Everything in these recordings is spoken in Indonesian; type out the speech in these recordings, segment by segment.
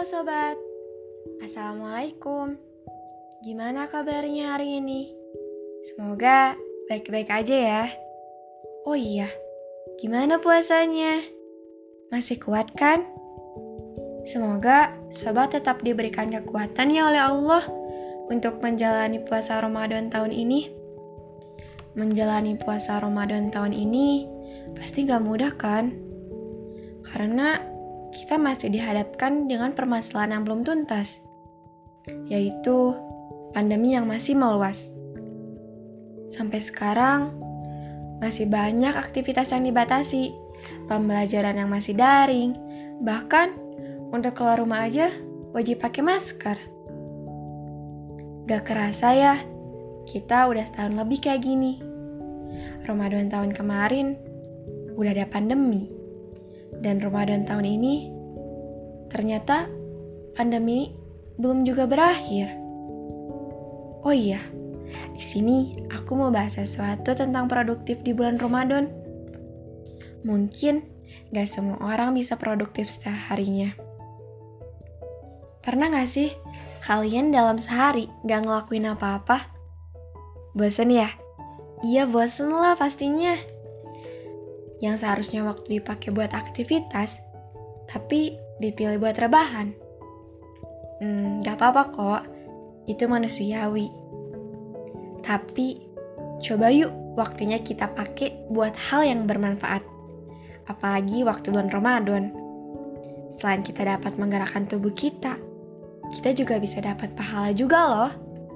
sobat, Assalamualaikum. Gimana kabarnya hari ini? Semoga baik-baik aja ya. Oh iya, gimana puasanya? Masih kuat kan? Semoga sobat tetap diberikan kekuatan ya oleh Allah untuk menjalani puasa Ramadan tahun ini. Menjalani puasa Ramadan tahun ini pasti gak mudah kan? Karena kita masih dihadapkan dengan permasalahan yang belum tuntas, yaitu pandemi yang masih meluas. Sampai sekarang, masih banyak aktivitas yang dibatasi, pembelajaran yang masih daring, bahkan untuk keluar rumah aja wajib pakai masker. Gak kerasa ya, kita udah setahun lebih kayak gini. Ramadan tahun kemarin, udah ada pandemi. Dan Ramadan tahun ini, ternyata pandemi belum juga berakhir. Oh iya, di sini aku mau bahas sesuatu tentang produktif di bulan Ramadan. Mungkin gak semua orang bisa produktif setiap harinya. Pernah gak sih kalian dalam sehari gak ngelakuin apa-apa? Bosen ya? Iya bosen lah pastinya. Yang seharusnya waktu dipakai buat aktivitas, tapi dipilih buat rebahan. Gak apa-apa kok, itu manusiawi. Tapi, coba yuk waktunya kita pakai buat hal yang bermanfaat. Apalagi waktu bulan Ramadan. Selain kita dapat menggerakkan tubuh kita juga bisa dapat pahala juga loh.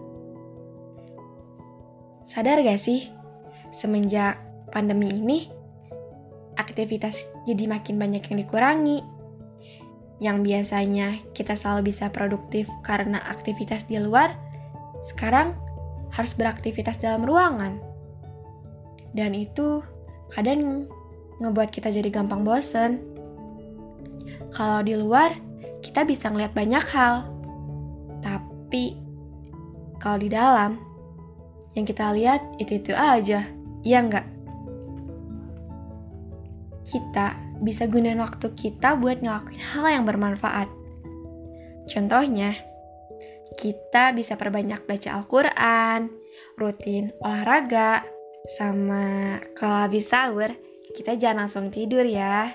Sadar gak sih, semenjak pandemi ini, aktivitas jadi makin banyak yang dikurangi. Yang biasanya kita selalu bisa produktif karena aktivitas di luar, sekarang harus beraktivitas dalam ruangan. Dan itu kadang ngebuat kita jadi gampang bosen. Kalau di luar, kita bisa ngeliat banyak hal. Tapi, kalau di dalam, yang kita lihat itu-itu aja. Iya nggak? Kita bisa gunain waktu kita buat ngelakuin hal yang bermanfaat. Contohnya, kita bisa perbanyak baca Al-Quran, rutin olahraga, sama kalau habis sahur, kita jangan langsung tidur ya.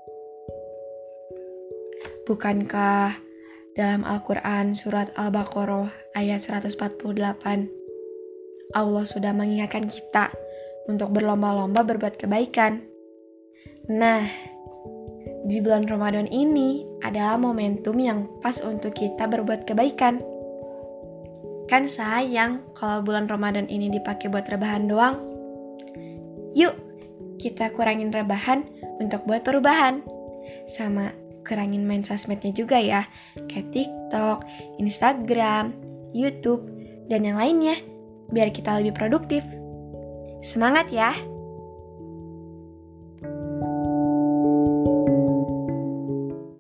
Bukankah dalam Al-Quran surat Al-Baqarah ayat 148, Allah sudah mengingatkan kita untuk berlomba-lomba berbuat kebaikan. Nah, di bulan Ramadan ini adalah momentum yang pas untuk kita berbuat kebaikan. Kan sayang kalau bulan Ramadan ini dipakai buat rebahan doang. Yuk, kita kurangin rebahan untuk buat perubahan. Sama kurangin main sosmednya juga ya, kayak TikTok, Instagram, YouTube, dan yang lainnya, biar kita lebih produktif. Semangat ya!